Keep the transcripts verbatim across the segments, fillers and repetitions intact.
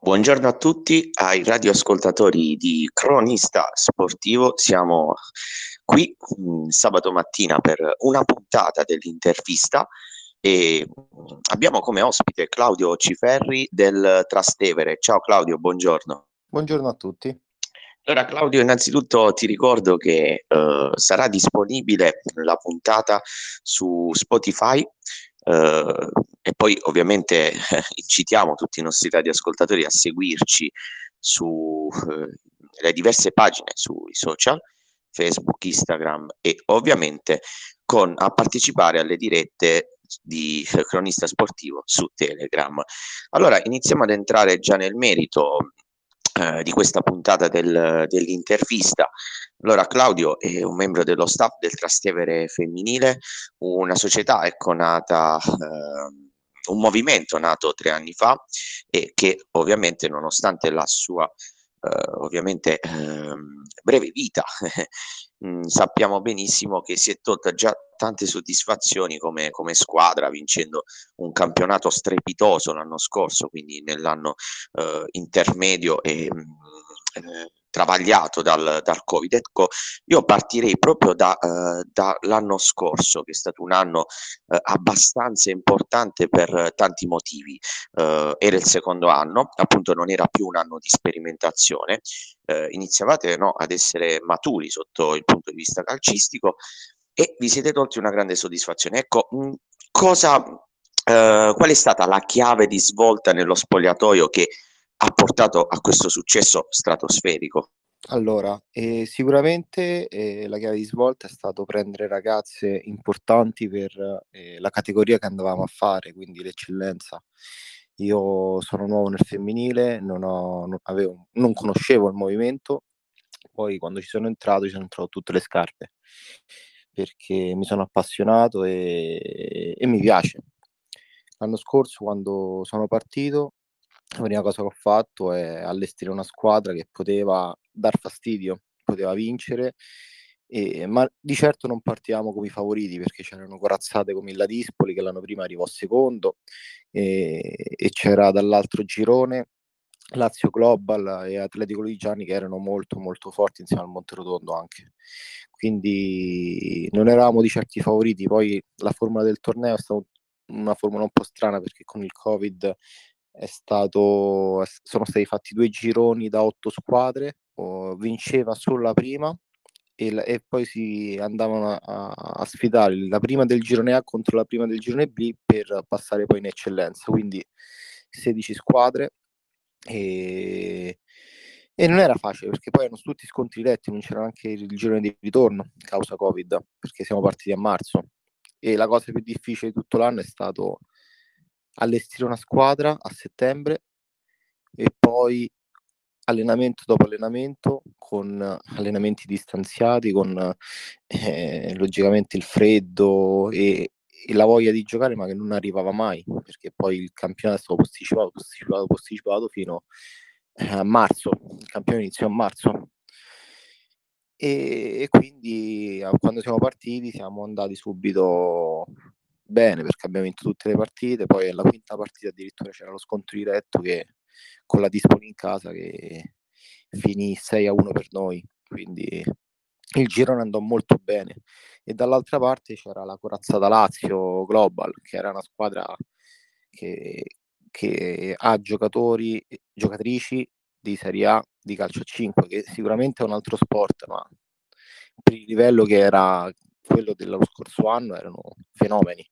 Buongiorno a tutti, ai radioascoltatori di Cronista Sportivo. Siamo qui, mhmm, sabato mattina per una puntata dell'intervista e, mhmm, abbiamo come ospite Claudio Ciferri del Trastevere. Ciao Claudio, buongiorno. Buongiorno a tutti. Allora Claudio, innanzitutto ti ricordo che, uhm, sarà disponibile la puntata su Spotify, uhm, e poi ovviamente incitiamo tutti i nostri radioascoltatori a seguirci su, uhm, le diverse pagine sui social, Facebook, Instagram e ovviamente con a partecipare alle dirette s di Cronista Sportivo su Telegram. Allora iniziamo ad entrare già nel merito, ehm, di questa puntata del dell'intervista. Allora Claudio è un membro dello staff del Trastevere Femminile, una società ecco nata ehm, un movimento nato tre anni fa e che ovviamente nonostante la sua, ehm, ovviamente, ehm, breve vita, mhmm, sappiamo benissimo che si è tolta già tante soddisfazioni come come squadra, vincendo un campionato strepitoso l'anno scorso, quindi nell'anno, ehm, intermedio e, mhmm, ehm, travagliato dal dal Covid. Ecco, io partirei proprio da ehm, dall'anno scorso, che è stato un anno, ehm, abbastanza importante per tanti motivi. Ehm, era il secondo anno, appunto non era più un anno di sperimentazione, ehm, iniziavate, no, ad essere maturi sotto il punto di vista calcistico e vi siete tolti una grande soddisfazione. Ecco, mhmm, cosa ehm, qual è stata la chiave di svolta nello spogliatoio che ha portato a questo successo stratosferico? Allora, ehm, sicuramente, ehm, la chiave di svolta è stato prendere ragazze importanti per, ehm, la categoria che andavamo a fare, quindi l'eccellenza. Io sono nuovo nel femminile, non ho non avevo non conoscevo il movimento, poi quando ci sono entrato, ci sono entrato tutte le scarpe, perché mi sono appassionato e e mi piace. L'anno scorso quando sono partito, la prima cosa che ho fatto è allestire una squadra che poteva dar fastidio, poteva vincere, ehm, ma di certo non partivamo come i favoriti, perché c'erano corazzate come il Ladispoli che l'anno prima arrivò secondo, ehm, e c'era dall'altro girone Lazio Global e Atletico Lodigiani che erano molto, molto forti insieme al Monterotondo anche. Quindi non eravamo di certo i favoriti, poi la formula del torneo è stata una formula un po' strana perché con il Covid è stato è s sono stati fatti due gironi da otto squadre, o vinceva solo la prima e l e poi si andavano a a a sfidare la prima del girone A contro la prima del girone B per passare poi in eccellenza, quindi sedici squadre, ehm, e non era facile perché poi erano tutti scontri diretti, non c'era neanche il girone di ritorno causa Covid, perché siamo partiti a marzo. E la cosa più difficile di tutto l'anno è stato allestire una squadra a settembre e poi allenamento dopo allenamento, con allenamenti distanziati, con, ehm, logicamente il freddo e e la voglia di giocare, ma che non arrivava mai, perché poi il campionato è stato posticipato, posticipato, posticipato fino, ehm, a marzo. Il campionato iniziò a marzo. E e quindi a quando siamo partiti siamo andati subito bene, perché abbiamo vinto tutte le partite, poi alla quinta partita addirittura c'era lo scontro diretto che con la Dispoli in casa che finì sei a uno per noi, quindi il girone andò molto bene. E dall'altra parte c'era la corazzata Lazio Global, che era una squadra che che ha giocatori e giocatrici di Serie A di calcio a cinque, che sicuramente è un altro sport, ma per il livello che era quello dello scorso anno erano fenomeni.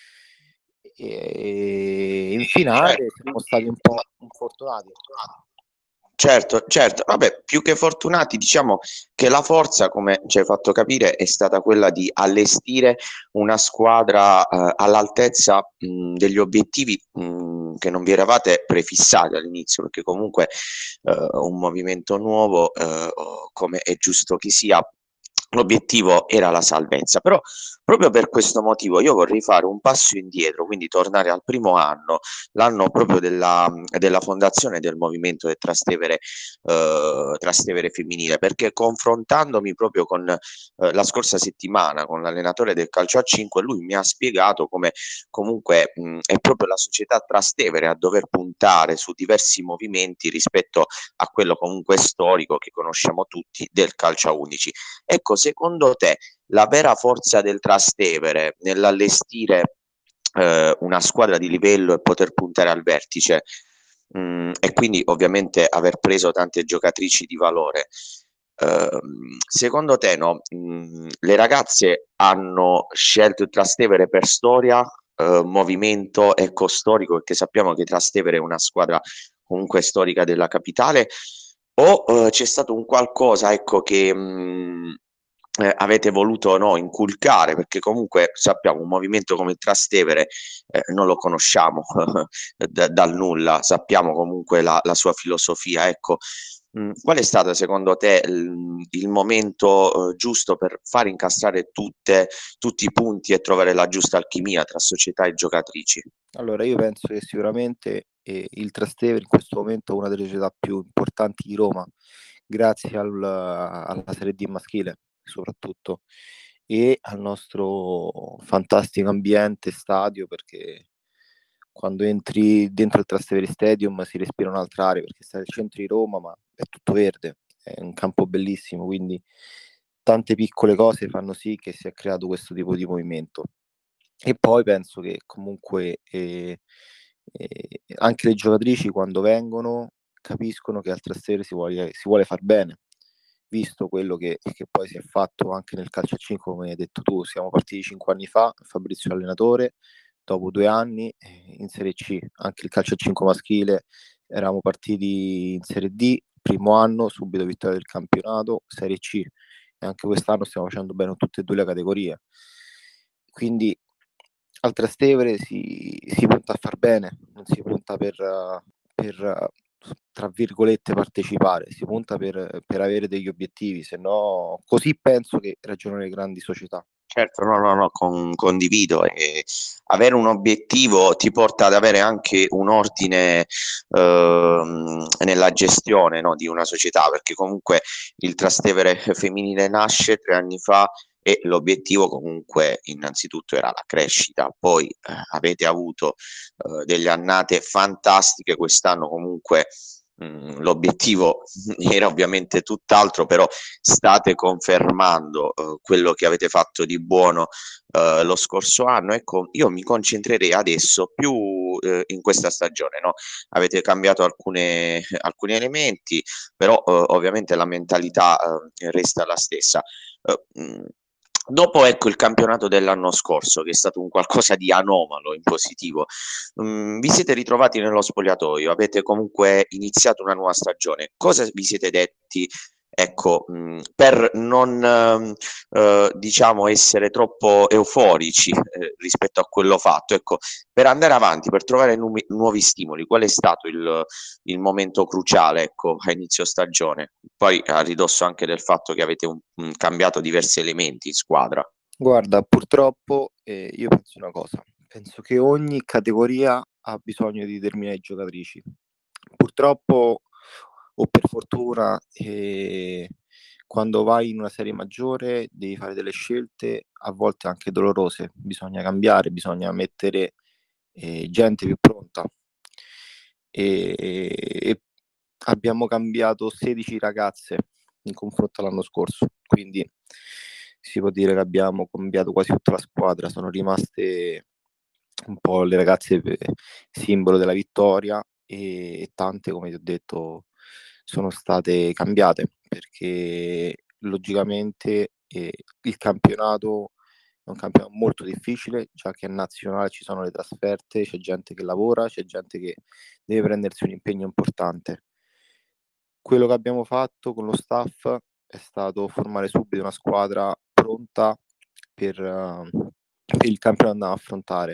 E in finale Certo. siamo stati un po' infortunati. Certo, certo. Vabbè, più che fortunati diciamo che la forza, come ci hai fatto capire, è stata quella di allestire una squadra, ehm, all'altezza, mhmm, degli obiettivi, mhmm, che non vi eravate prefissati all'inizio, perché comunque, ehm, un movimento nuovo, ehm, o come è giusto che sia, l'obiettivo era la salvezza. Però proprio per questo motivo io vorrei fare un passo indietro, quindi tornare al primo anno, l'anno proprio della della fondazione del movimento del Trastevere uhm, Trastevere femminile, perché confrontandomi proprio con, uhm, la scorsa settimana con l'allenatore del calcio a cinque, lui mi ha spiegato come comunque, mhmm, è proprio la società Trastevere a dover puntare su diversi movimenti rispetto a quello comunque storico che conosciamo tutti del calcio a undici. Ecco, secondo te la vera forza del Trastevere nell'allestire, ehm, una squadra di livello e poter puntare al vertice, mhmm, e quindi ovviamente aver preso tante giocatrici di valore, uhm, secondo te, no, mhmm, le ragazze hanno scelto il Trastevere per storia, uhm, movimento, ecco, storico, perché sappiamo che Trastevere è una squadra comunque storica della capitale, o, uhm, c'è stato un qualcosa, ecco, che, mhmm, ehm, avete voluto, no, inculcare? Perché comunque sappiamo un movimento come il Trastevere, ehm, non lo conosciamo da dal nulla, sappiamo comunque la la sua filosofia, ecco. Mhmm, qual è stata secondo te il mhmm, il momento, uhm, giusto per far incastrare tutte tutti i punti e trovare la giusta alchimia tra società e giocatrici? Allora io penso che sicuramente, ehm, il Trastevere in questo momento è una delle società più importanti di Roma, grazie al alla Serie D maschile soprattutto, e al nostro fantastico ambiente, stadio, perché quando entri dentro il Trastevere Stadium si respira un'altra aria, perché stai al centro di Roma, ma è tutto verde, è un campo bellissimo, quindi tante piccole cose fanno sì che sia creato questo tipo di movimento. E poi penso che comunque, ehm, ehm, anche le giocatrici quando vengono capiscono che al Trastevere si voglie si vuole far bene, visto quello che che poi si è fatto anche nel calcio a cinque, come hai detto tu. Siamo partiti cinque anni fa, Fabrizio allenatore, dopo due anni, ehm, in Serie C. Anche il calcio a cinque maschile eravamo partiti in Serie D, primo anno, subito vittoria del campionato, Serie C, e anche quest'anno stiamo facendo bene con tutte e due le categorie. Quindi al Trastevere si si punta a far bene, non si punta per per, tra virgolette, "partecipare", si punta per per avere degli obiettivi, se no così penso che ragionano le grandi società. Certo, no, no, no, con condivido. E avere un obiettivo ti porta ad avere anche un ordine, uhm, nella gestione, no, di una società, perché comunque il Trastevere femminile nasce tre anni fa e l'obiettivo comunque innanzitutto era la crescita. Poi, ehm, avete avuto, uhm, delle annate fantastiche, quest'anno comunque, mhmm, l'obiettivo era ovviamente tutt'altro, però state confermando, uhm, quello che avete fatto di buono, uhm, lo scorso anno. Ecco, io mi concentrerei adesso più, uhm, in questa stagione, no, avete cambiato alcune alcuni elementi, però, uhm, ovviamente la mentalità, uhm, resta la stessa. Uhm, mhmm, dopo, ecco, il campionato dell'anno scorso, che è stato un qualcosa di anomalo in positivo, mhmm, vi siete ritrovati nello spogliatoio, avete comunque iniziato una nuova stagione. Cosa vi siete detti, ecco, mhmm, per non, uhm, diciamo essere troppo euforici, ehm, rispetto a quello fatto, ecco, per andare avanti, per trovare numi nuovi stimoli, qual è stato il il momento cruciale, ecco, a inizio stagione? Poi a ridosso anche del fatto che avete un mhmm, cambiato diversi elementi in squadra. Guarda, purtroppo, ehm, io penso una cosa, penso che ogni categoria ha bisogno di determinate giocatrici. Purtroppo o per fortuna, ehm, quando vai in una serie maggiore devi fare delle scelte a volte anche dolorose, bisogna cambiare, bisogna mettere, ehm, gente più pronta. Ehm, e abbiamo cambiato sedici ragazze in confronto all'anno scorso, quindi si può dire che abbiamo cambiato quasi tutta la squadra, sono rimaste un po' le ragazze pe simbolo della vittoria, e tante, come ti ho detto, sono state cambiate, perché logicamente, ehm, il campionato è un campionato molto difficile, già che a nazionale ci sono le trasferte, c'è gente che lavora, c'è gente che deve prendersi un impegno importante. Quello che abbiamo fatto con lo staff è stato formare subito una squadra pronta per eh, per il campionato che andiamo a affrontare.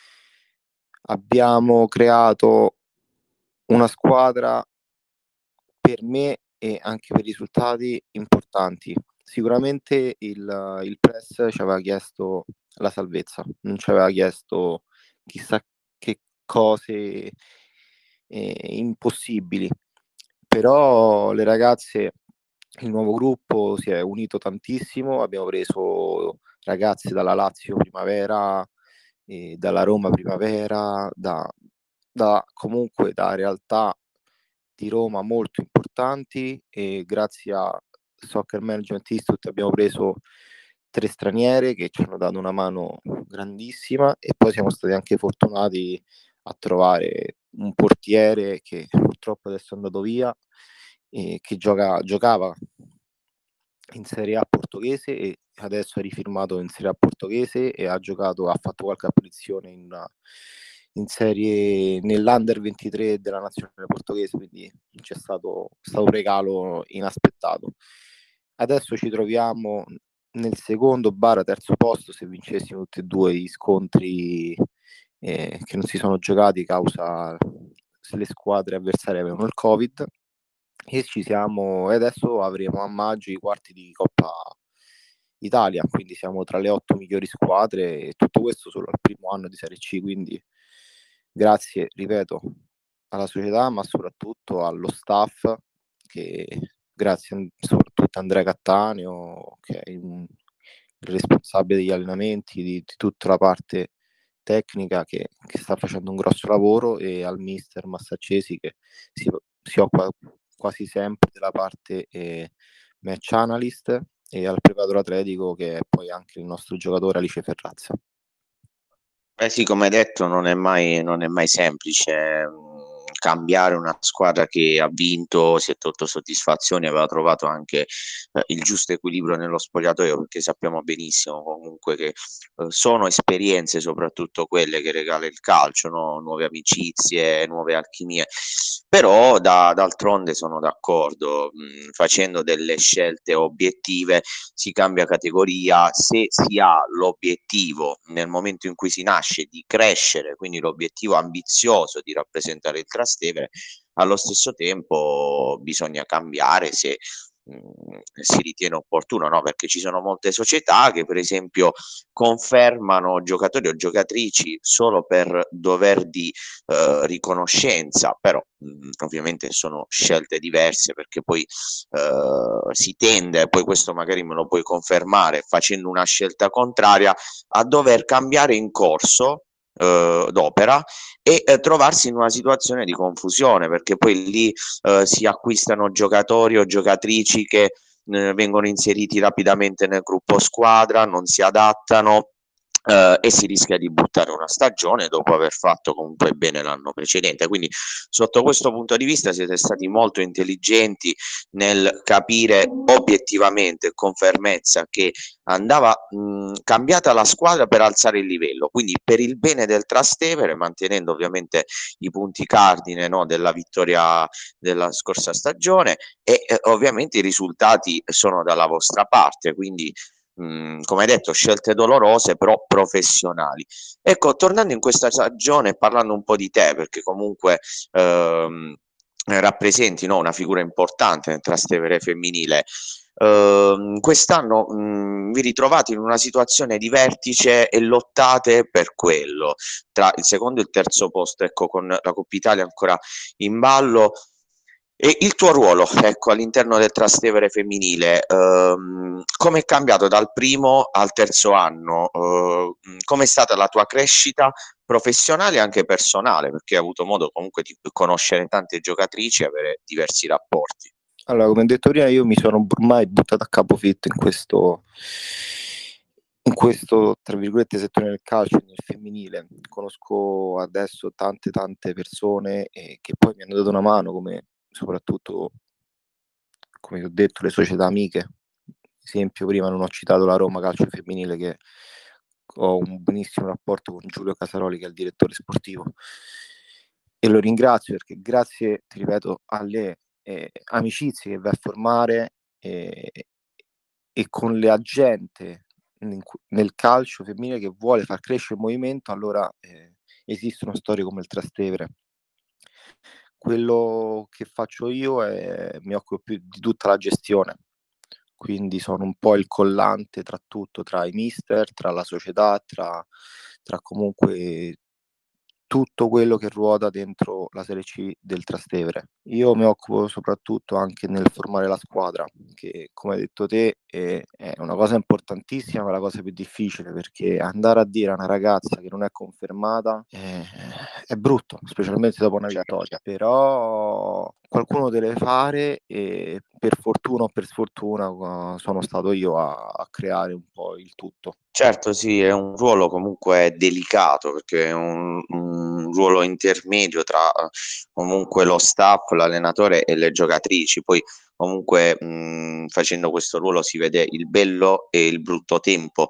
Abbiamo creato una squadra per me e anche per risultati importanti. sicuramente il, il press ci aveva chiesto la salvezza, non ci aveva chiesto chissà che cose eh, impossibili, però le ragazze, il nuovo gruppo si è unito tantissimo, abbiamo preso ragazze dalla Lazio Primavera, eh, dalla Roma Primavera, da, da comunque da realtà di Roma molto importanti, e grazie a Soccer Management Institute abbiamo preso tre straniere che ci hanno dato una mano grandissima, e poi siamo stati anche fortunati a trovare un portiere che purtroppo adesso è andato via, e che gioca, giocava in Serie A portoghese e adesso è rifirmato in Serie A portoghese, e ha giocato, ha fatto qualche apparizione in, in serie nell'Under ventitré della nazionale portoghese, quindi c'è stato, è stato un regalo inaspettato. Adesso ci troviamo nel secondo barra terzo posto se vincessimo tutti e due gli scontri eh, che non si sono giocati causa se le squadre avversarie avevano il Covid, e ci siamo, e adesso avremo a maggio i quarti di Coppa Italia, quindi siamo tra le otto migliori squadre, e tutto questo solo al primo anno di Serie C, quindi grazie, ripeto, alla società, ma soprattutto allo staff, che grazie soprattutto a Andrea Cattaneo, che è un, il responsabile degli allenamenti, di, di tutta la parte tecnica, che, che sta facendo un grosso lavoro, e al mister Massaccesi che si, si occupa quasi sempre della parte eh, match analyst, e al preparatore atletico che è poi anche il nostro giocatore Alice Ferrazza. Eh sì, come hai detto, non è mai, non è mai semplice mh, cambiare una squadra che ha vinto, si è tolto soddisfazioni, aveva trovato anche eh, il giusto equilibrio nello spogliatoio, perché sappiamo benissimo comunque che eh, sono esperienze, soprattutto quelle che regala il calcio, no? Nuove amicizie, nuove alchimie. Però da, d'altronde sono d'accordo, mh, facendo delle scelte obiettive si cambia categoria, se si ha l'obiettivo nel momento in cui si nasce di crescere, quindi l'obiettivo ambizioso di rappresentare il Trastevere, allo stesso tempo bisogna cambiare se mh, si ritiene opportuno, no? Perché ci sono molte società che per esempio confermano giocatori o giocatrici solo per dover di eh, riconoscenza, però mh, ovviamente sono scelte diverse, perché poi eh, si tende, poi questo magari me lo puoi confermare, facendo una scelta contraria, a dover cambiare in corso eh, d'opera e eh, trovarsi in una situazione di confusione, perché poi lì eh, si acquistano giocatori o giocatrici che eh, vengono inseriti rapidamente nel gruppo squadra, non si adattano. Uh, e si rischia di buttare una stagione dopo aver fatto comunque bene l'anno precedente. Quindi sotto questo punto di vista siete stati molto intelligenti nel capire obiettivamente con fermezza che andava mh, cambiata la squadra per alzare il livello, quindi per il bene del Trastevere, mantenendo ovviamente i punti cardine, no, della vittoria della scorsa stagione, e eh, ovviamente i risultati sono dalla vostra parte, quindi mh, come hai detto, scelte dolorose però professionali. Ecco, tornando in questa stagione e parlando un po' di te, perché comunque ehm, rappresenti, no, una figura importante nel Trastevere femminile. Uh, quest'anno mh, vi ritrovate in una situazione di vertice e lottate per quello, tra il secondo e il terzo posto, ecco, con la Coppa Italia ancora in ballo. E il tuo ruolo, ecco, all'interno del Trastevere femminile, ehm, come è cambiato dal primo al terzo anno? Uh, come è stata la tua crescita professionale e anche personale? Perché hai avuto modo comunque di conoscere tante giocatrici e avere diversi rapporti. Allora, come detto prima, io mi sono ormai buttato a capofitto in questo, in questo, tra virgolette, settore del calcio, nel femminile. Conosco adesso tante tante persone eh, che poi mi hanno dato una mano, come soprattutto, come ho detto, le società amiche. Esempio, prima non ho citato la Roma Calcio Femminile, che ho un buonissimo rapporto con Giulio Casaroli, che è il direttore sportivo, e lo ringrazio perché grazie, ti ripeto, alle eh, amicizie che va a formare eh, e con la gente nel calcio femminile che vuole far crescere il movimento, allora eh, esistono storie come il Trastevere. Quello che faccio io è mi occupo più di tutta la gestione, quindi sono un po' il collante tra tutto, tra i mister, tra la società, tra, tra comunque tutto quello che ruota dentro la Serie C del Trastevere. Io mi occupo soprattutto anche nel formare la squadra, che come hai detto te è, è una cosa importantissima, ma è la cosa più difficile, perché andare a dire a una ragazza che non è confermata è, è brutto, specialmente dopo una Certo. vittoria. Però qualcuno deve fare e per fortuna o per sfortuna sono stato io a, a creare un po' il tutto. Certo, sì, è un ruolo comunque delicato, perché è un un ruolo intermedio tra, uhm, comunque lo staff, l'allenatore e le giocatrici. Poi comunque, mhmm, facendo questo ruolo si vede il bello e il brutto tempo,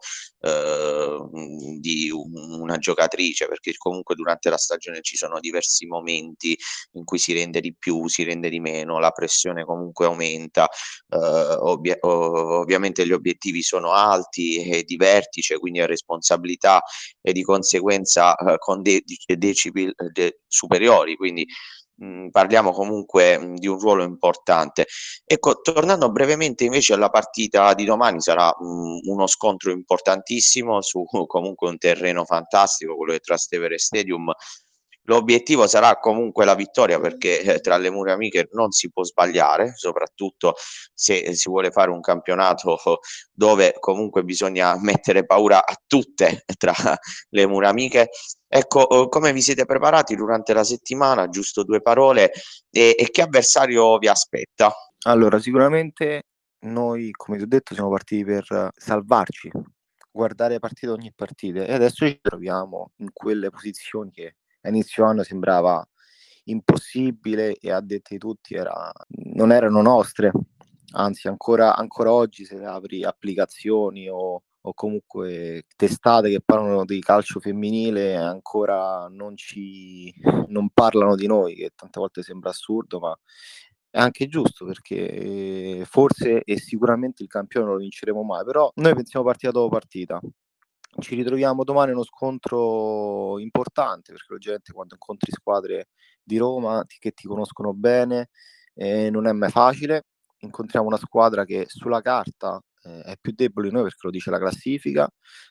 uhm, mhmm, di u una giocatrice, perché comunque durante la stagione ci sono diversi momenti in cui si rende di più, si rende di meno, la pressione comunque aumenta, uhm, ovvia o ovviamente gli obiettivi sono alti e di vertice, quindi a responsabilità e di conseguenza, uhm, con de dic decibel de superiori, quindi, mhmm, parliamo comunque, mhmm, di un ruolo importante. Ecco, tornando brevemente invece alla partita di domani, sarà, mhmm, uno scontro importantissimo su comunque un terreno fantastico, quello del Trastevere Stadium. L'obiettivo sarà comunque la vittoria perché, eh, tra le mura amiche non si può sbagliare, soprattutto se si vuole fare un campionato dove comunque bisogna mettere paura a tutte tra le mura amiche. Ecco, uhm, come vi siete preparati durante la settimana? Giusto due parole, e e che avversario vi aspetta? Allora, sicuramente noi, come ti ho detto, siamo partiti per salvarci, guardare partita ogni partita e adesso ci troviamo in quelle posizioni che a inizio anno sembrava impossibile e a detta di tutti era non erano nostre. Anzi, ancora ancora oggi se apri applicazioni o o comunque testate che parlano di calcio femminile ancora non ci non parlano di noi, che tante volte sembra assurdo, ma è anche giusto perché forse e sicuramente il campione non lo vinceremo mai, però noi pensiamo partita dopo partita. Ci ritroviamo domani in uno scontro importante, perché logicamente quando incontri squadre di Roma ti che ti conoscono bene, ehm, non è mai facile. Incontriamo una squadra che sulla carta, ehm, è più debole di noi perché lo dice la classifica,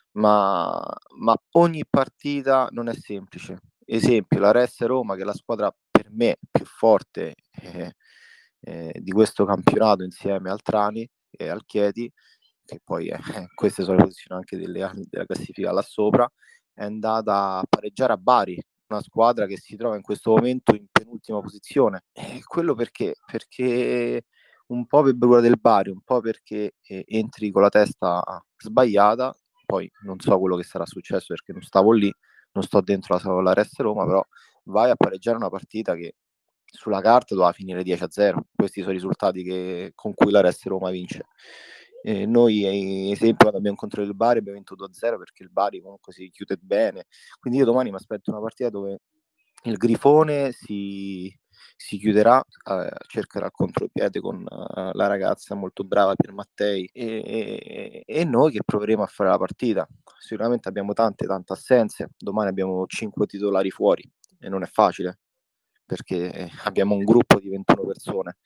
ma ma ogni partita non è semplice. Esempio, la Res Roma, che è la squadra per me più forte, eh, ehm, di questo campionato insieme al Trani e al Chieti, che poi eh, queste sono le posizioni anche delle al della classifica là sopra, è andata a pareggiare a Bari, una squadra che si trova in questo momento in penultima posizione. E quello perché? Perché un po' per bravura del Bari, un po' perché, ehm, entri con la testa sbagliata, poi non so quello che sarà successo perché non stavo lì, non sto dentro la la Res Roma, però vai a pareggiare una partita che sulla carta doveva finire dieci a zero. Questi sono i risultati che, con cui la Res Roma vince. Eh, noi, eh, esempio, quando abbiamo incontrato il Bari abbiamo vinto due a zero perché il Bari comunque si chiude bene. Quindi io domani mi aspetto una partita dove il Grifone si, si chiuderà, eh, cercherà il contropiede con uh, la ragazza molto brava Pier Mattei e, e, e noi che proveremo a fare la partita. Sicuramente abbiamo tante tante assenze, domani abbiamo cinque titolari fuori e non è facile perché abbiamo un gruppo di ventuno persone,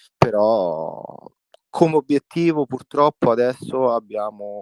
però come obiettivo purtroppo adesso abbiamo,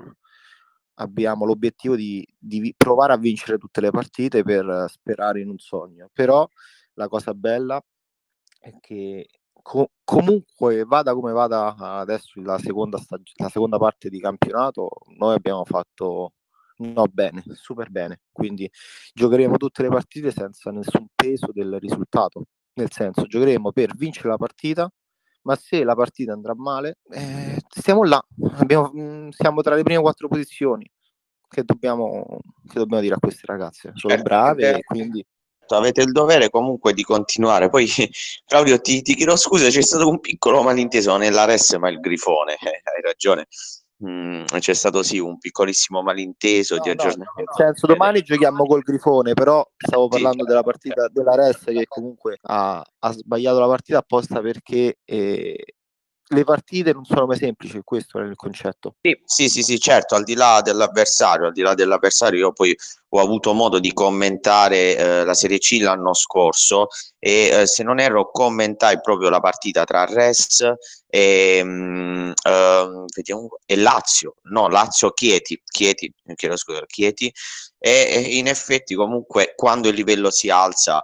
abbiamo l'obiettivo di, di provare a vincere tutte le partite per sperare in un sogno, però la cosa bella è che co- comunque vada come vada adesso la seconda, stag- la seconda parte di campionato, noi abbiamo fatto no bene, super bene, quindi giocheremo tutte le partite senza nessun peso del risultato, nel senso giocheremo per vincere la partita, ma se la partita andrà male, eh, stiamo là, abbiamo, mh, siamo tra le prime quattro posizioni. Che dobbiamo, che dobbiamo dire a queste ragazze? Sono Certo, brave avete e quindi avete il dovere comunque di continuare. Poi Claudio, ti ti chiedo scusa, c'è stato un piccolo malinteso nella res, ma il Grifone, eh, hai ragione. Mhmm, c'è stato sì un piccolissimo malinteso di no, no, nel aggiornamento senso domani giochiamo col Grifone, però stavo sì, parlando della partita della Res che comunque ha, ha sbagliato la partita apposta perché eh, le partite non sono mai semplici, questo è il concetto. Sì, sì, sì, sì, certo, al di là dell'avversario, al di là dell'avversario, io poi ho avuto modo di commentare eh, la Serie C l'anno scorso e eh, se non erro commentai proprio la partita tra Res e, mm, ehm, vediamo, e Lazio, no, Lazio-Chieti, Chieti, chiedo scusa, Chieti, e, e in effetti comunque quando il livello si alza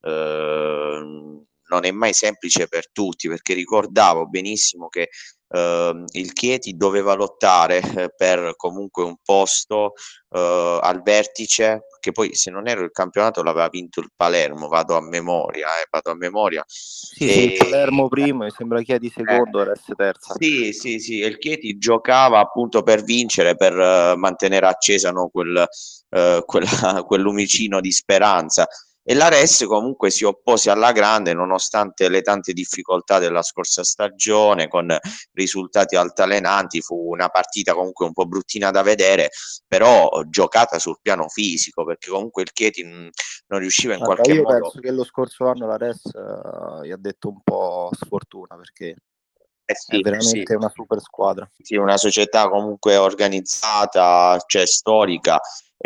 eh, non è mai semplice per tutti, perché ricordavo benissimo che Uh, il Chieti doveva lottare eh, per comunque un posto uh, al vertice, che poi se non ero il campionato l'aveva vinto il Palermo, vado a memoria, eh, vado a memoria. Sì, sì, il E, Palermo primo, mi sembra Chieti eh, secondo, Res terza. sì, sì, sì, e il Chieti giocava appunto per vincere, per uh, mantenere accesa, no, quel, uh, quella, quel lumicino di speranza. E la Res comunque si oppose alla grande nonostante le tante difficoltà della scorsa stagione, con risultati altalenanti. Fu una partita comunque un po' bruttina da vedere, però giocata sul piano fisico, perché comunque il Chieti mh, non riusciva in Guarda, qualche io modo. penso che lo scorso anno la Res uh, gli ha detto un po' sfortuna, perché Eh è sì, sì. veramente una super squadra. Sì, una società comunque organizzata, cioè storica,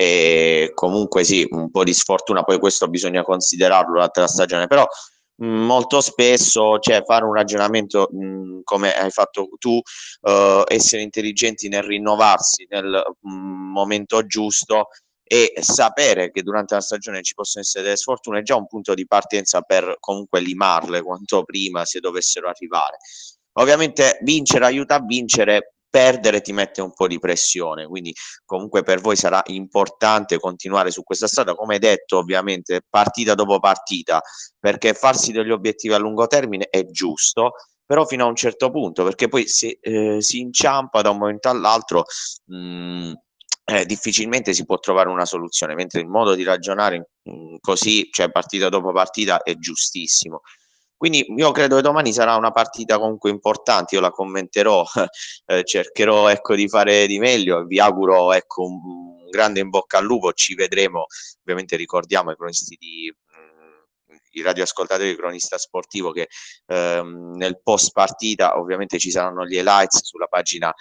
e comunque sì, un po' di sfortuna, poi questo bisogna considerarlo durante la stagione, però mh, molto spesso, cioè, fare un ragionamento mh, come hai fatto tu, eh, essere intelligenti nel rinnovarsi nel mh, momento giusto e sapere che durante la stagione ci possono essere delle sfortune è già un punto di partenza per comunque limarle quanto prima, se dovessero arrivare. Ovviamente vincere aiuta a vincere, perdere ti mette un po' di pressione, quindi comunque per voi sarà importante continuare su questa strada, come detto, ovviamente partita dopo partita, perché farsi degli obiettivi a lungo termine è giusto, però fino a un certo punto, perché poi se eh, si inciampa da un momento all'altro mh, eh, difficilmente si può trovare una soluzione, mentre il modo di ragionare mh, così, cioè partita dopo partita, è giustissimo. Quindi io credo che domani sarà una partita comunque importante, io la commenterò, eh, cercherò ecco, di fare di meglio, vi auguro ecco, un, un grande in bocca al lupo, ci vedremo, ovviamente ricordiamo i cronisti di mh, i radioascoltatori di Cronista Sportivo che ehm, nel post partita ovviamente ci saranno gli highlights sulla pagina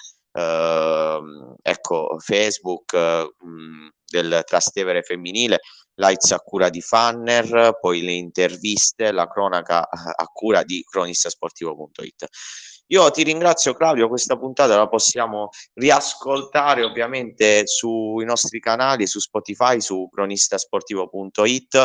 ehm, ecco, Facebook eh, mh, del Trastevere femminile, lights a cura di Fanner, poi le interviste, la cronaca a cura di cronistasportivo punto it. Io ti ringrazio Claudio, questa puntata la possiamo riascoltare ovviamente sui nostri canali, su Spotify, su cronistasportivo punto it.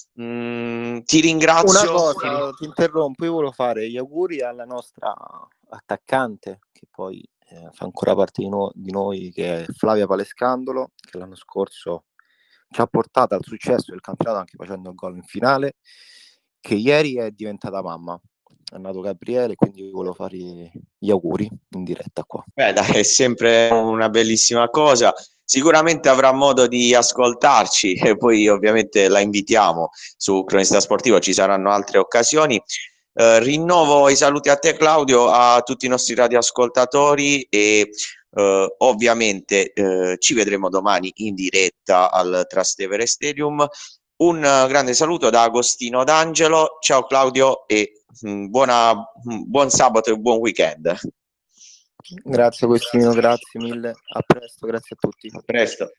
Mm, ti Una ringrazio. cosa, ti interrompo, io volevo fare gli auguri alla nostra attaccante, che poi eh, fa ancora parte di, no- di noi, che è Flavia Palescandolo, che l'anno scorso ci ha portato al successo del campionato anche facendo il gol in finale, che ieri è diventata mamma. È nato Gabriele, quindi volevo fare gli auguri in diretta qua. Beh, dai, è sempre una bellissima cosa. Sicuramente avrà modo di ascoltarci e poi ovviamente la invitiamo su Cronista Sportivo, ci saranno altre occasioni. Eh, rinnovo i saluti a te Claudio, a tutti i nostri radioascoltatori e eh, ovviamente eh, ci vedremo domani in diretta al Trastevere Stadium. Un uh, grande saluto da Agostino D'Angelo, ciao Claudio e mh, buona, mh, buon sabato e buon weekend. Grazie Agostino, grazie mille, a presto, grazie a tutti. A presto.